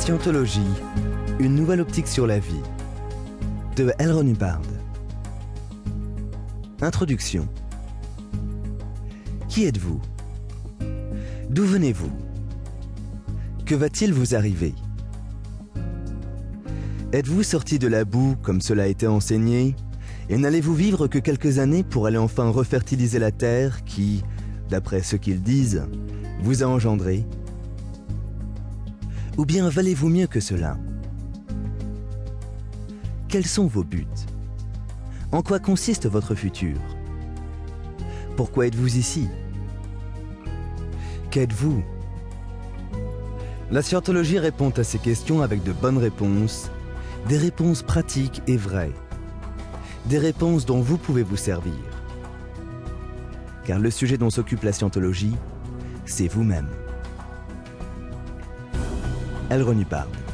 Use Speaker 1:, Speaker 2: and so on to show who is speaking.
Speaker 1: Scientologie, une nouvelle optique sur la vie, de Elron Hubbard. Introduction. Qui êtes-vous? D'où venez-vous? Que va-t-il vous arriver? Êtes-vous sorti de la boue comme cela a été enseigné? Et n'allez-vous vivre que quelques années pour aller enfin refertiliser la terre qui, d'après ce qu'ils disent, vous a engendré? Ou bien valez-vous mieux que cela? Quels sont vos buts? En quoi consiste votre futur? Pourquoi êtes-vous ici? Qu'êtes-vous? La Scientologie répond à ces questions avec de bonnes réponses, des réponses pratiques et vraies, des réponses dont vous pouvez vous servir. Car le sujet dont s'occupe la Scientologie, c'est vous-même. Elron Hubbard.